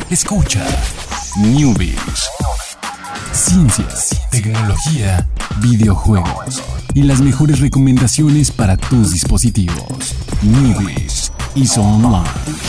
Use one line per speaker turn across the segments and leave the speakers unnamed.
Escucha Newbies. Ciencias, tecnología, videojuegos y las mejores recomendaciones para tus dispositivos. Newbies is online.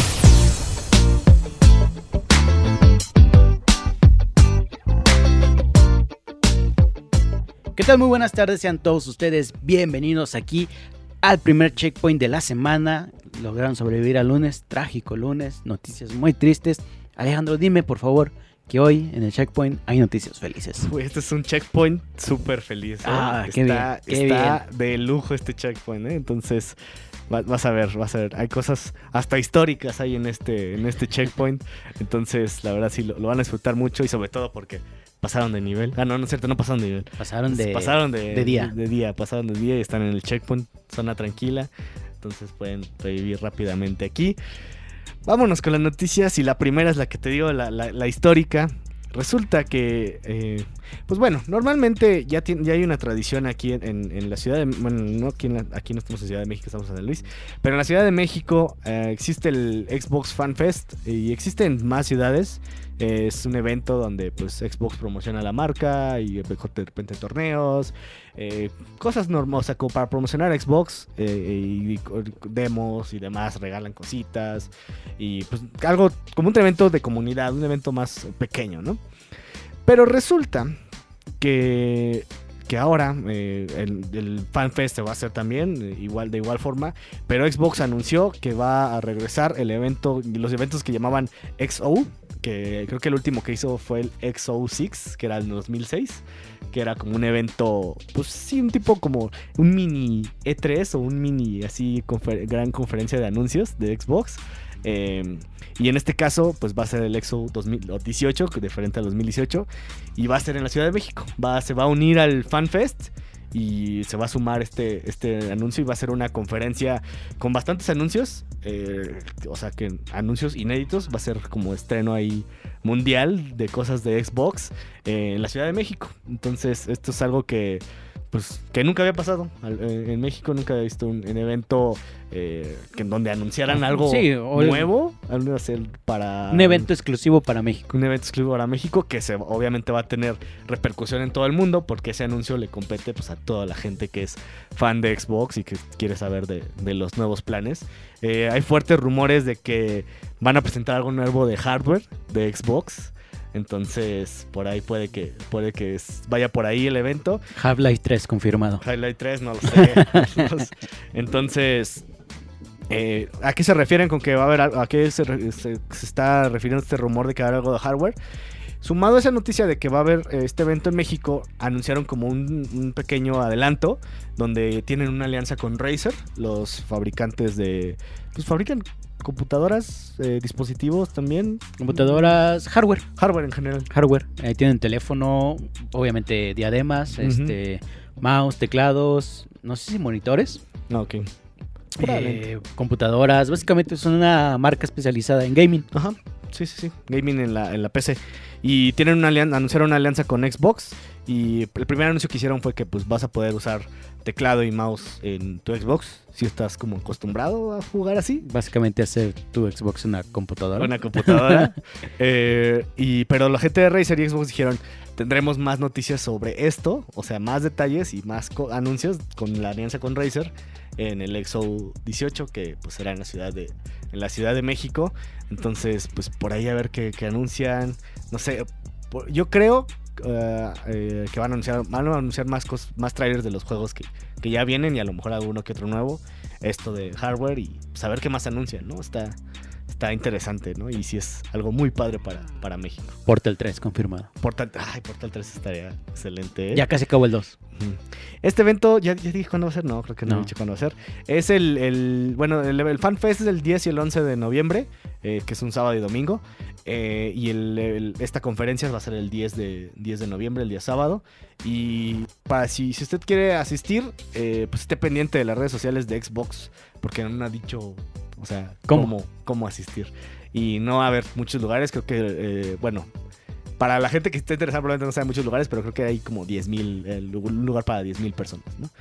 ¿Qué tal? Muy buenas tardes, sean todos ustedes bienvenidos aquí al primer checkpoint de la semana. Lograron sobrevivir al lunes, trágico lunes, noticias muy tristes. Alejandro, dime por favor que hoy en el checkpoint hay noticias felices.
Uy, este es un checkpoint súper feliz, ¿eh?
Qué
Está de lujo este checkpoint, ¿eh? Entonces vas a ver, hay cosas hasta históricas ahí en este checkpoint. Entonces la verdad sí lo van a disfrutar mucho y sobre todo porque pasaron de nivel. No es cierto, no pasaron de nivel.
Pasaron de día.
Pasaron de día y están en el checkpoint, zona tranquila. Entonces pueden revivir rápidamente aquí. Vámonos con las noticias y la primera es la que te digo, la histórica. Resulta que, pues bueno, normalmente ya hay una tradición aquí en la ciudad de... Bueno, no aquí no estamos en Ciudad de México, estamos en San Luis. Pero en la Ciudad de México existe el Xbox Fan Fest y existe en más ciudades. Es un evento donde pues Xbox promociona la marca y de repente torneos, cosas normales, o sea, como para promocionar Xbox y demos y demás, regalan cositas y pues algo como un evento de comunidad, un evento más pequeño, ¿no? Pero resulta que ahora el FanFest se va a hacer también de igual forma, pero Xbox anunció que va a regresar los eventos que llamaban XO, que creo que el último que hizo fue el XO6, que era el 2006, que era como un evento, pues sí, un tipo como un mini E3 o un mini así gran conferencia de anuncios de Xbox. Y en este caso pues va a ser el XO 2018, diferente al 2018, y va a ser en la Ciudad de México. Se va a unir al FanFest y se va a sumar este anuncio y va a ser una conferencia con bastantes anuncios, o sea que anuncios inéditos. Va a ser como estreno ahí mundial de cosas de Xbox en la Ciudad de México. Entonces esto es algo que nunca había pasado en México. Nunca había visto un evento en donde anunciaran algo nuevo,
un evento exclusivo para México.
Un evento exclusivo para México que obviamente va a tener repercusión en todo el mundo, porque ese anuncio le compete pues a toda la gente que es fan de Xbox y que quiere saber de los nuevos planes. Hay fuertes rumores de que van a presentar algo nuevo de hardware de Xbox. Entonces, por ahí puede que vaya por ahí el evento.
Half-Life 3 confirmado.
Half-Life 3, no lo sé. Entonces, ¿a qué se refieren con que va a haber algo? ¿A qué se está refiriendo este rumor de que va a haber algo de hardware? Sumado a esa noticia de que va a haber este evento en México, anunciaron como un pequeño adelanto donde tienen una alianza con Razer, los fabricantes pues fabrican computadoras, dispositivos también.
Computadoras, hardware
en general.
Hardware. Tienen teléfono, obviamente diademas, mouse, teclados, no sé si monitores.
Ok.
Computadoras, básicamente son una marca especializada en gaming.
Ajá. Sí. Gaming en la PC. Y tienen anunciaron una alianza con Xbox. Y el primer anuncio que hicieron fue que pues vas a poder usar teclado y mouse en tu Xbox si estás como acostumbrado a jugar así.
Básicamente hacer tu Xbox una computadora.
Pero la gente de Razer y Xbox dijeron: tendremos más noticias sobre esto, o sea, más detalles y más anuncios con la alianza con Razer en el XO 18, que pues será en la Ciudad de México. Entonces, pues por ahí a ver qué anuncian. No sé, yo creo que van a anunciar más trailers de los juegos que ya vienen, y a lo mejor alguno que otro nuevo. Esto de hardware y saber qué más anuncian, ¿no? Está interesante, ¿no? Y sí es algo muy padre para México.
Portal 3 confirmado.
Portal 3 estaría excelente, ¿eh?
Ya casi acabó el 2.
Este evento, ¿ya dije cuándo va a ser? No, creo que no he dicho cuándo va a ser. Es el FanFest es el 10 y el 11 de noviembre, que es un sábado y domingo. Y esta conferencia va a ser el 10 de noviembre, el día sábado. Y para si usted quiere asistir, pues esté pendiente de las redes sociales de Xbox, porque no ha dicho, o sea, cómo asistir. Y no va a haber muchos lugares, creo que, para la gente que esté interesada probablemente no sabe muchos lugares, pero creo que hay como 10,000, un lugar para 10,000 personas, ¿no?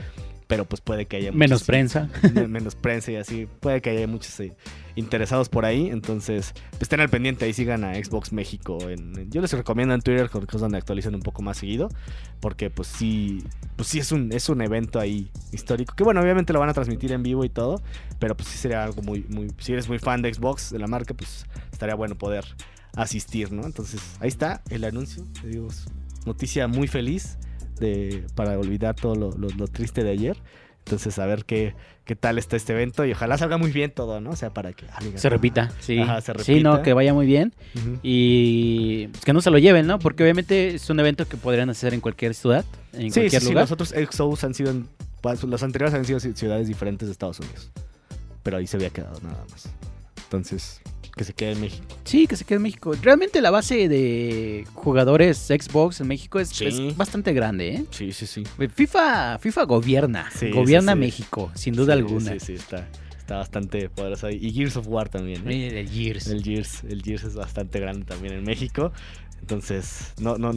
pero pues puede que haya
Menos
muchos,
prensa.
menos prensa y así, puede que haya muchos interesados por ahí, entonces pues, estén al pendiente, ahí sigan a Xbox México, yo les recomiendo en Twitter, que es donde actualizan un poco más seguido, porque pues sí es un evento ahí histórico, que bueno, obviamente lo van a transmitir en vivo y todo, pero pues sí sería algo muy, si eres muy fan de Xbox, de la marca, pues estaría bueno poder asistir, ¿no? Entonces ahí está el anuncio, te digo, noticia muy feliz para olvidar todo lo triste de ayer. Entonces, a ver qué tal está este evento y ojalá salga muy bien todo, ¿no? O sea, para que
se repita, sí.
Ajá, se repita.
Sí, no, que vaya muy bien.
Uh-huh.
Y pues, que no se lo lleven, ¿no? Porque obviamente es un evento que podrían hacer en cualquier ciudad, en cualquier lugar.
Sí, los otros XOs han sido, los anteriores han sido ciudades diferentes de Estados Unidos. Pero ahí se había quedado nada más. Entonces, que se quede en México.
Sí, que se quede en México. Realmente la base de jugadores Xbox en México es bastante grande, ¿eh?
Sí.
FIFA gobierna.
Sí,
gobierna México, sin duda alguna.
Sí, está bastante poderoso ahí. Y Gears of War también, ¿eh?
El Gears.
El Gears es bastante grande también en México. Entonces,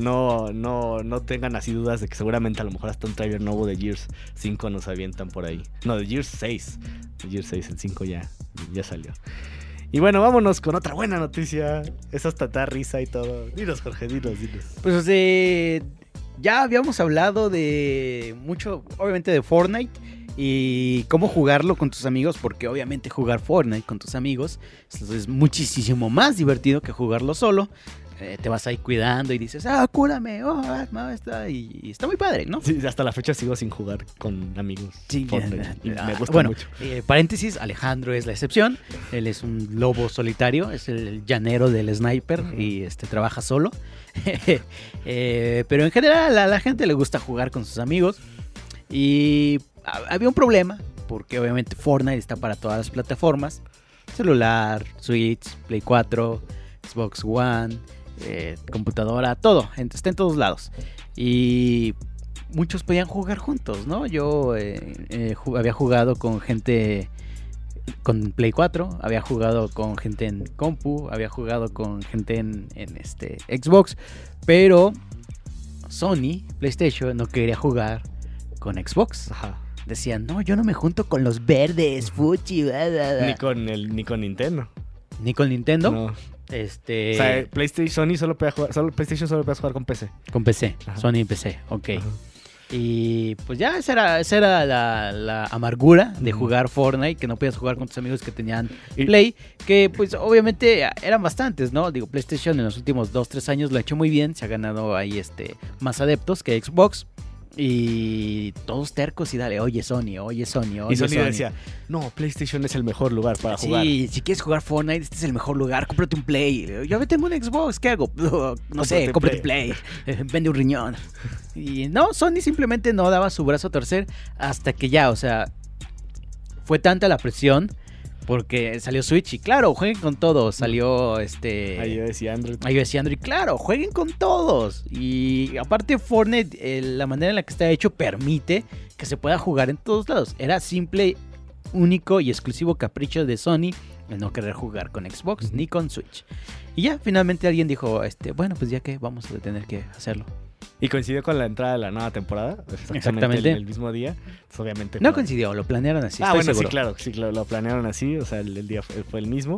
no tengan así dudas de que seguramente a lo mejor hasta un trailer nuevo de Gears 5 nos avientan por ahí. No, de Gears 6. De Gears 6, el 5 ya salió. Y bueno, vámonos con otra buena noticia. Eso hasta da risa y todo. Dinos, Jorge, dinos.
Pues ya habíamos hablado de mucho, obviamente de Fortnite y cómo jugarlo con tus amigos, porque obviamente jugar Fortnite con tus amigos es muchísimo más divertido que jugarlo solo. Te vas ahí cuidando y dices, cúrame, y está muy padre, ¿no?
Sí, hasta la fecha sigo sin jugar con amigos.
Sí,
y me gusta mucho.
Paréntesis, Alejandro es la excepción. Él es un lobo solitario, es el llanero del sniper y trabaja solo. Pero en general a la gente le gusta jugar con sus amigos. Y había un problema, porque obviamente Fortnite está para todas las plataformas: celular, Switch, Play 4, Xbox One, computadora, todo, está en todos lados. Y muchos podían jugar juntos, ¿no? Yo había jugado con gente con Play 4, había jugado con gente en compu, había jugado con gente en Xbox, pero Sony, PlayStation, no quería jugar con Xbox.
Ajá.
Decían, no, yo no me junto con los verdes, fuchi, bla, bla, bla.
Ni con Nintendo.
Ni con Nintendo.
No. O sea, PlayStation solo puede jugar con PC.
Con PC,
Ajá.
Sony y PC, ok.
Ajá.
Y pues ya esa era la amargura de jugar Fortnite, que no podías jugar con tus amigos que tenían Play, que pues obviamente eran bastantes, ¿no? Digo, PlayStation en los últimos 2-3 años lo ha hecho muy bien, se ha ganado ahí más adeptos que Xbox. Y todos tercos y dale, oye Sony.
Y Sony decía, no, PlayStation es el mejor lugar para jugar.
Sí, si quieres jugar Fortnite, este es el mejor lugar, cómprate un Play. Yo tengo un Xbox, ¿qué hago? No sé, cómprate Play. Vende un riñón. Y no, Sony simplemente no daba su brazo a torcer hasta que ya, o sea, fue tanta la presión. Porque salió Switch y claro, jueguen con todos. Salió
iOS y Android.
Claro, jueguen con todos. Y aparte Fortnite, la manera en la que está hecho permite que se pueda jugar en todos lados. Era simple, único y exclusivo capricho de Sony el no querer jugar con Xbox ni con Switch. Y ya, finalmente alguien dijo, bueno, pues ya que vamos a tener que hacerlo.
Y coincidió con la entrada de la nueva temporada. Exactamente. El mismo día. Entonces, obviamente.
No coincidió, lo planearon así.
Bueno,
seguro.
sí, claro, lo planearon así. O sea, el día fue el mismo.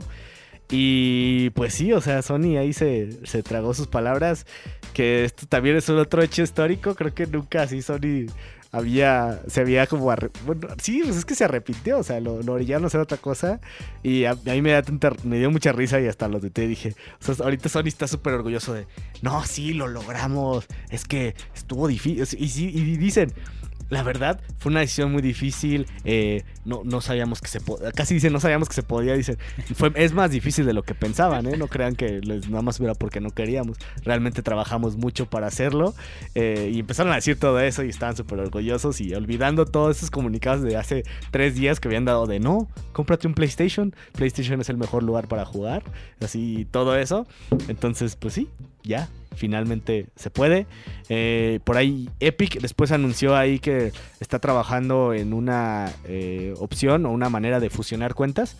Y pues sí, o sea, Sony ahí se tragó sus palabras. Que esto también es un otro hecho histórico. Creo que nunca así Sony se había como... Bueno, sí, pues es que se arrepintió. O sea, lo orillaron a hacer otra cosa. Y a mí me dio mucha risa y hasta lo tuiteé y dije... O sea, ahorita Sony está súper orgulloso de... No, sí, lo logramos. Es que estuvo difícil. Y dicen... La verdad, fue una decisión muy difícil. No sabíamos que se podía. Casi dicen, no sabíamos que se podía. Dicen, es más difícil de lo que pensaban, ¿eh? No crean que nada más era porque no queríamos. Realmente trabajamos mucho para hacerlo. Y empezaron a decir todo eso y estaban súper orgullosos. Y olvidando todos esos comunicados de hace 3 días que habían dado de no, cómprate un PlayStation. PlayStation es el mejor lugar para jugar. Así, todo eso. Entonces, pues sí, ya. Finalmente se puede. Por ahí Epic después anunció ahí que está trabajando en una opción o una manera de fusionar cuentas.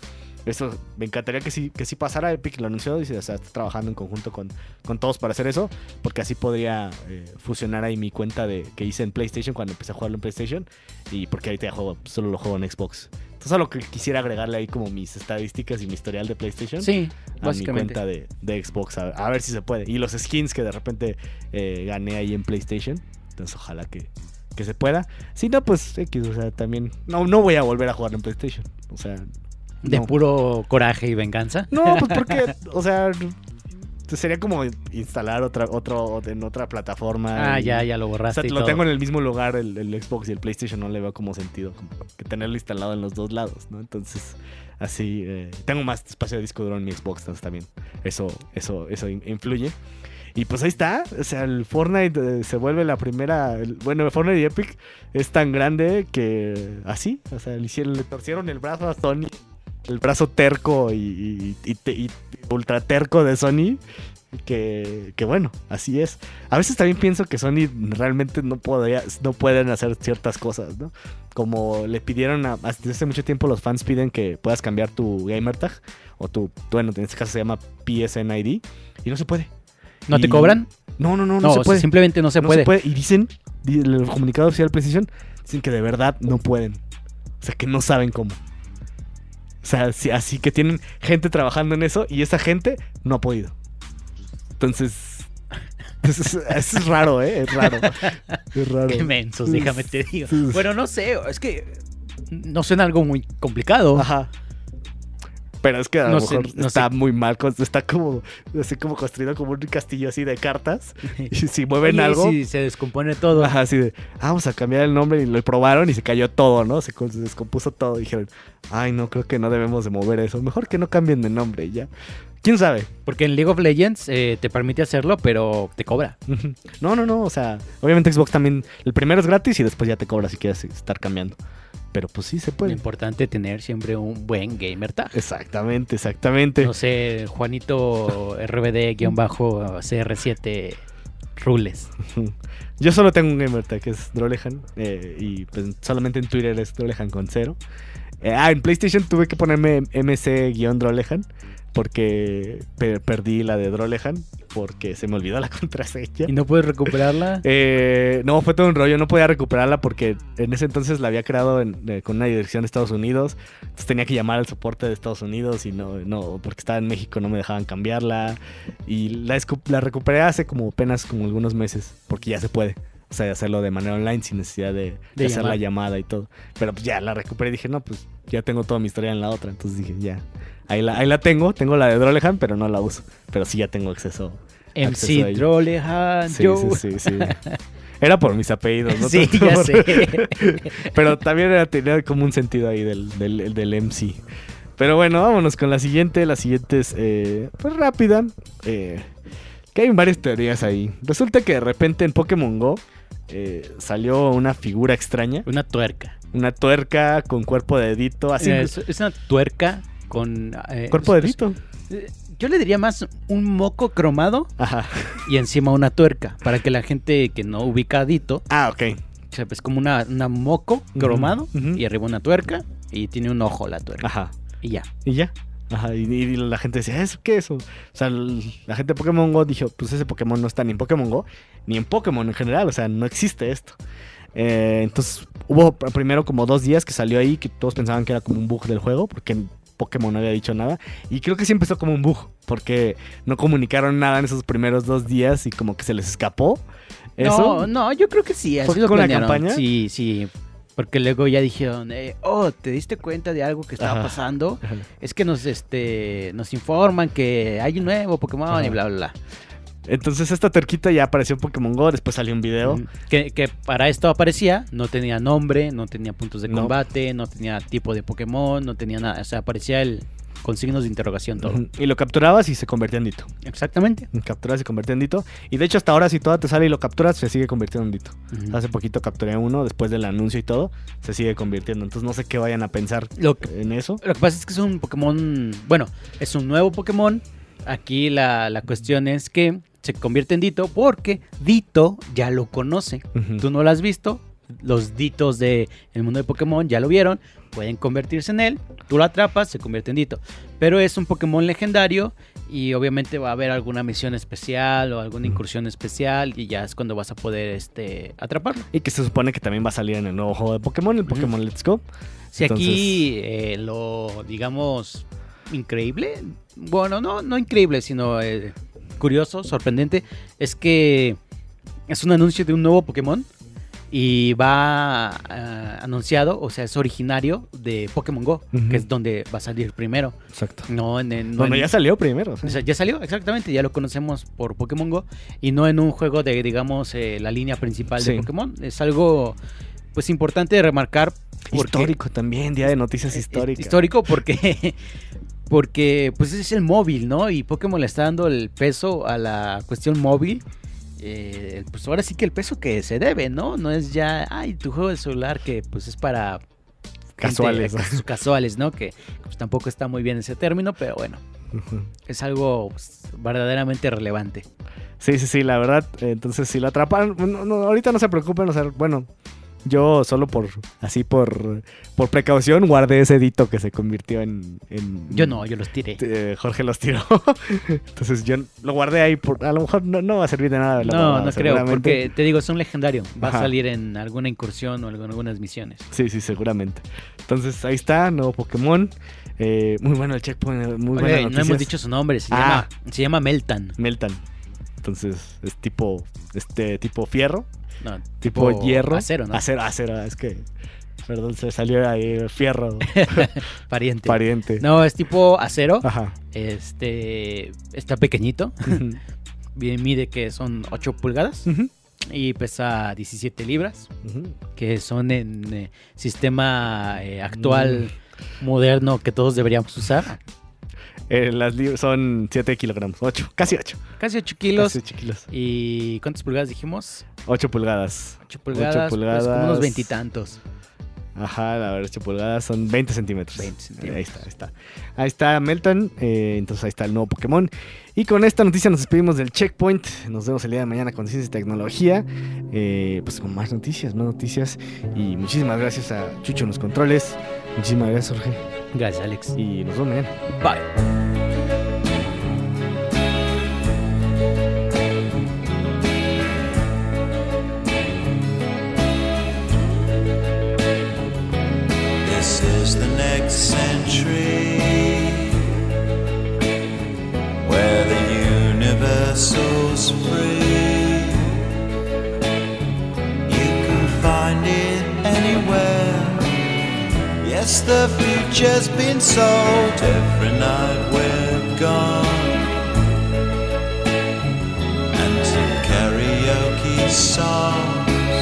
Eso me encantaría que sí pasara. Epic lo anunció, dice, o sea, está trabajando en conjunto con todos para hacer eso, porque así podría fusionar ahí mi cuenta que hice en PlayStation cuando empecé a jugarlo en PlayStation, y porque ahorita ya solo lo juego en Xbox. Entonces solo que quisiera agregarle ahí como mis estadísticas y mi historial de PlayStation
Sí,
a mi
básicamente.
cuenta de Xbox, a ver si se puede. Y los skins que de repente gané ahí en PlayStation, entonces ojalá que se pueda. Si no, pues X, o sea, también no voy a volver a jugar en PlayStation, o sea,
De
no.
puro coraje y venganza.
No, pues porque, o sea, sería como instalar otro en otra plataforma.
Ya lo
O
borraste
sea,
y
lo
todo.
tengo en el mismo lugar, el Xbox y el PlayStation, no le veo como sentido como que tenerlo instalado en los dos lados, ¿no? Entonces, así, tengo más espacio de disco duro en mi Xbox, entonces también eso influye. Y pues ahí está, o sea, el Fortnite se vuelve la primera, bueno, el Fortnite y Epic es tan grande que así, o sea, le torcieron el brazo a Sony, el brazo terco y ultra terco de Sony, que bueno, así es. A veces también pienso que Sony realmente no pueden hacer ciertas cosas, ¿no? Como le pidieron desde hace mucho tiempo los fans piden que puedas cambiar tu gamer tag o bueno, en este caso se llama PSN ID y no se puede.
¿No te
Y-
cobran?
No
No,
se puede.
simplemente no se puede.
Y dicen, el comunicado oficial de PlayStation, dicen que de verdad no pueden. O sea, que no saben cómo. O sea, así que tienen gente trabajando en eso y esa gente no ha podido. Entonces, es raro, ¿eh? Es raro. Es raro.
Qué mensos, déjame te digo.
Sí.
Bueno, no sé, es que no suena algo muy complicado.
Ajá. Pero es que a lo
No sé,
mejor
no
está
sé.
muy mal, está como así como construido como un castillo así de cartas. Y si mueven
Oye,
algo,
sí, se descompone todo.
ajá, así de, vamos a cambiar el nombre y lo probaron y se cayó todo, ¿no? Se descompuso todo. Dijeron, ay, no, creo que no debemos de mover eso. Mejor que no cambien de nombre y ya. ¿Quién sabe?
Porque en League of Legends te permite hacerlo, pero te cobra.
No, o sea, obviamente Xbox también, el primero es gratis y después ya te cobra si quieres estar cambiando. Pero pues sí se
Lo
puede.
importante tener siempre un buen gamer tag.
Exactamente.
No sé, Juanito RBD-CR7 Rules.
Yo solo tengo un gamer tag que es Drolehan y pues solamente en Twitter es Drolehan con 0. En PlayStation tuve que ponerme MC-Drolehan porque perdí la de Drolehan porque se me olvidó la contraseña.
¿Y no puedes recuperarla?
No, fue todo un rollo, no podía recuperarla porque en ese entonces la había creado con una dirección de Estados Unidos, entonces tenía que llamar al soporte de Estados Unidos y no porque estaba en México no me dejaban cambiarla y la recuperé hace como apenas como algunos meses porque ya se puede. O sea, hacerlo de manera online sin necesidad de hacer la llamada y todo. Pero pues ya la recuperé y dije, no, pues ya tengo toda mi historia en la otra. Entonces dije, ya, ahí la tengo la de Drolehan, pero no la uso. Pero sí ya tengo acceso a
MC
ella.
Drolehan,
Sí,
yo.
sí. Era por mis apellidos, ¿no?
Sí, ya sé.
Pero también tenía como un sentido ahí del MC. Pero bueno, vámonos con la siguiente. La siguiente es pues rápida. Que hay varias teorías ahí. Resulta que de repente en Pokémon Go salió una figura extraña.
Una tuerca.
Una tuerca con cuerpo de dedito. Así.
Es una tuerca con...
Cuerpo de dedito.
Yo le diría más un moco cromado
Ajá.
y encima una tuerca. Para que la gente que no ubica a Dito,
Ah, ok.
o sea, es como una moco cromado
ujú.
y arriba una tuerca y tiene un ojo la tuerca.
Ajá.
Y ya.
Y ya. Ajá, y la gente decía, ¿eso qué es eso? O sea, la gente de Pokémon Go dijo, pues ese Pokémon no está ni en Pokémon Go, ni en Pokémon en general, o sea, no existe esto. Entonces, hubo primero como 2 días que salió ahí, que todos pensaban que era como un bug del juego, porque Pokémon no había dicho nada. Y creo que sí empezó como un bug, porque no comunicaron nada en esos primeros 2 días y como que se les escapó. ¿Eso?
No, yo creo que sí.
¿Fue
Así lo
con la
planearon.
campaña?
Sí. Porque luego ya dijeron, ¿te diste cuenta de algo que estaba
Ajá.
pasando?
Ajá.
Es que nos informan que hay un nuevo Pokémon
Ajá.
y bla, bla, bla.
Entonces esta terquita ya apareció en Pokémon Go, después salió un video.
Que para esto aparecía, no tenía nombre, no tenía puntos de
No.
combate, no tenía tipo de Pokémon, no tenía nada. O sea, aparecía con signos de interrogación todo.
Ujú. Y lo capturabas y se convertía en Dito.
Exactamente.
Capturas y se convierte en Dito. Y de hecho hasta ahora si toda te sale y lo capturas se sigue convirtiendo en Dito.
Ujú.
Hace poquito capturé uno después del anuncio y todo. Se sigue convirtiendo. Entonces no sé qué vayan a pensar
Lo que
en eso.
pasa es que es un Pokémon, bueno, es un nuevo Pokémon. Aquí la cuestión es que se convierte en Dito porque Dito ya lo conoce.
Ujú.
Tú no lo has visto. Los Ditos del mundo de Pokémon ya lo vieron. pueden convertirse en él. Tú lo atrapas, se convierte en Ditto. Pero es un Pokémon legendario y obviamente va a haber alguna misión especial o alguna incursión especial y ya es cuando vas a poder atraparlo.
Y que se supone que también va a salir en el nuevo juego de Pokémon, el Pokémon Let's Go.
Si aquí lo, digamos, increíble, bueno, no increíble, sino curioso, sorprendente, es que es un anuncio de un nuevo Pokémon y va anunciado, o sea, es originario de Pokémon Go, que es donde va a salir primero.
Exacto.
Ya
salió primero. ¿Sí?
O sea, ya salió, exactamente, ya lo conocemos por Pokémon Go y no en un juego de, digamos, la línea principal de Pokémon. Es algo, pues, importante de remarcar.
Histórico también, día de noticias históricas.
Histórico porque pues es el móvil, ¿no? Y Pokémon le está dando el peso a la cuestión móvil. Pues ahora sí que el peso que se debe, ¿no? No es ya, tu juego de celular que pues es para
casuales.
Casuales, ¿no? Que pues tampoco está muy bien ese término, pero bueno, es algo pues, verdaderamente relevante.
Sí, la verdad, entonces si lo atrapan, ahorita no se preocupen, o sea, bueno, yo solo por precaución guardé ese Ditto que se convirtió en...
Yo los tiré.
Jorge los tiró. Entonces yo lo guardé ahí. A lo mejor no va a servir de nada.
No creo, porque te digo, es un legendario. Va a salir en alguna incursión o en algunas misiones.
Sí, seguramente. Entonces ahí está, nuevo Pokémon. Muy bueno el checkpoint. Muy buenas noticias.
No hemos dicho su nombre. Se llama Meltan.
Entonces es tipo fierro.
No,
tipo hierro.
Acero, ¿no?
Acero, es que... Perdón, se salió ahí fierro.
Pariente. No, es tipo acero.
Ajá.
Está pequeñito. Mide que son 8 pulgadas. Y pesa 17 libras. Que son en sistema actual, moderno, que todos deberíamos usar.
Las son 7 kilogramos, 8, casi 8.
Casi 8 kilos.
Casi 8 kilos.
¿Y cuántas pulgadas dijimos?
8 pulgadas.
8 pulgadas, pues como unos 20 y tantos.
Ajá, a ver, 8 pulgadas son 20 centímetros. Ahí está Meltan. Entonces ahí está el nuevo Pokémon. Y con esta noticia nos despedimos del Checkpoint. Nos vemos el día de mañana con Ciencia y Tecnología. Pues con más noticias. Y muchísimas gracias a Chucho en los controles. Muchísimas gracias, Jorge.
Gracias, Alex.
Y nos vemos mañana.
Bye.
The next century, where the universal's free, you can find it anywhere. Yes, the future's been sold. Every night we're gone, and some karaoke songs.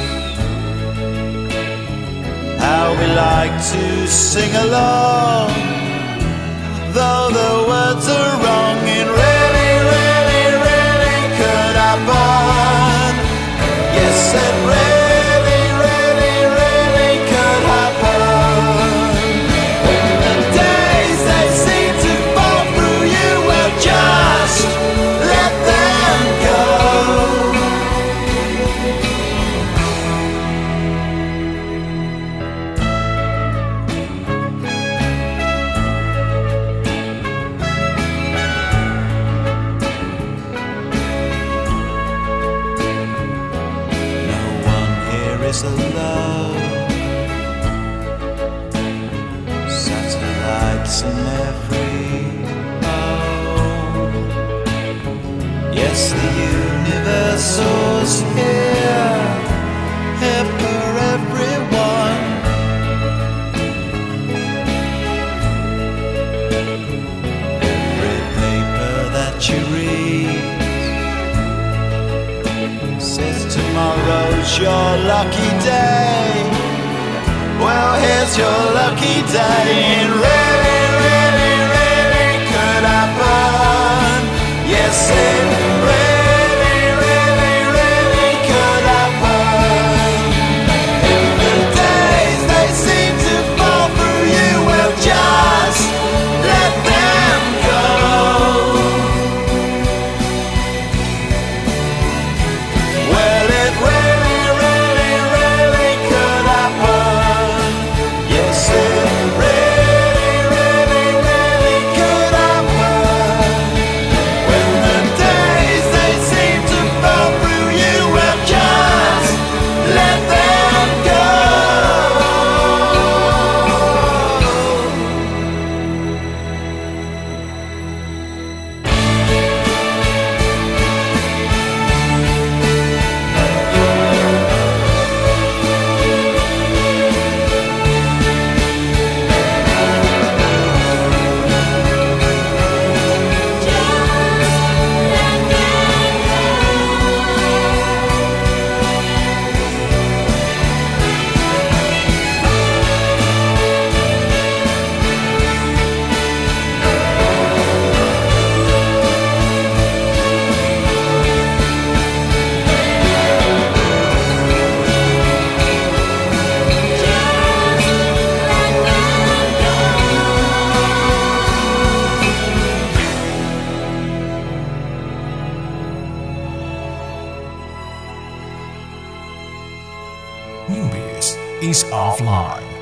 How we like to sing along, though the words are wrong. And really could happen. Yes, it really could happen. When the days they seem to fall through you, well, just let them go. Alone, satellites in every home. Yes, the universal's here for everyone. Every paper that you read says tomorrow's your lucky day. Well, here's your lucky day. And really could happen. Yes, it really could happen. If the days they seem to fall through you, well, just let them go. Well, it really could happen. Yes, it
Days Offline.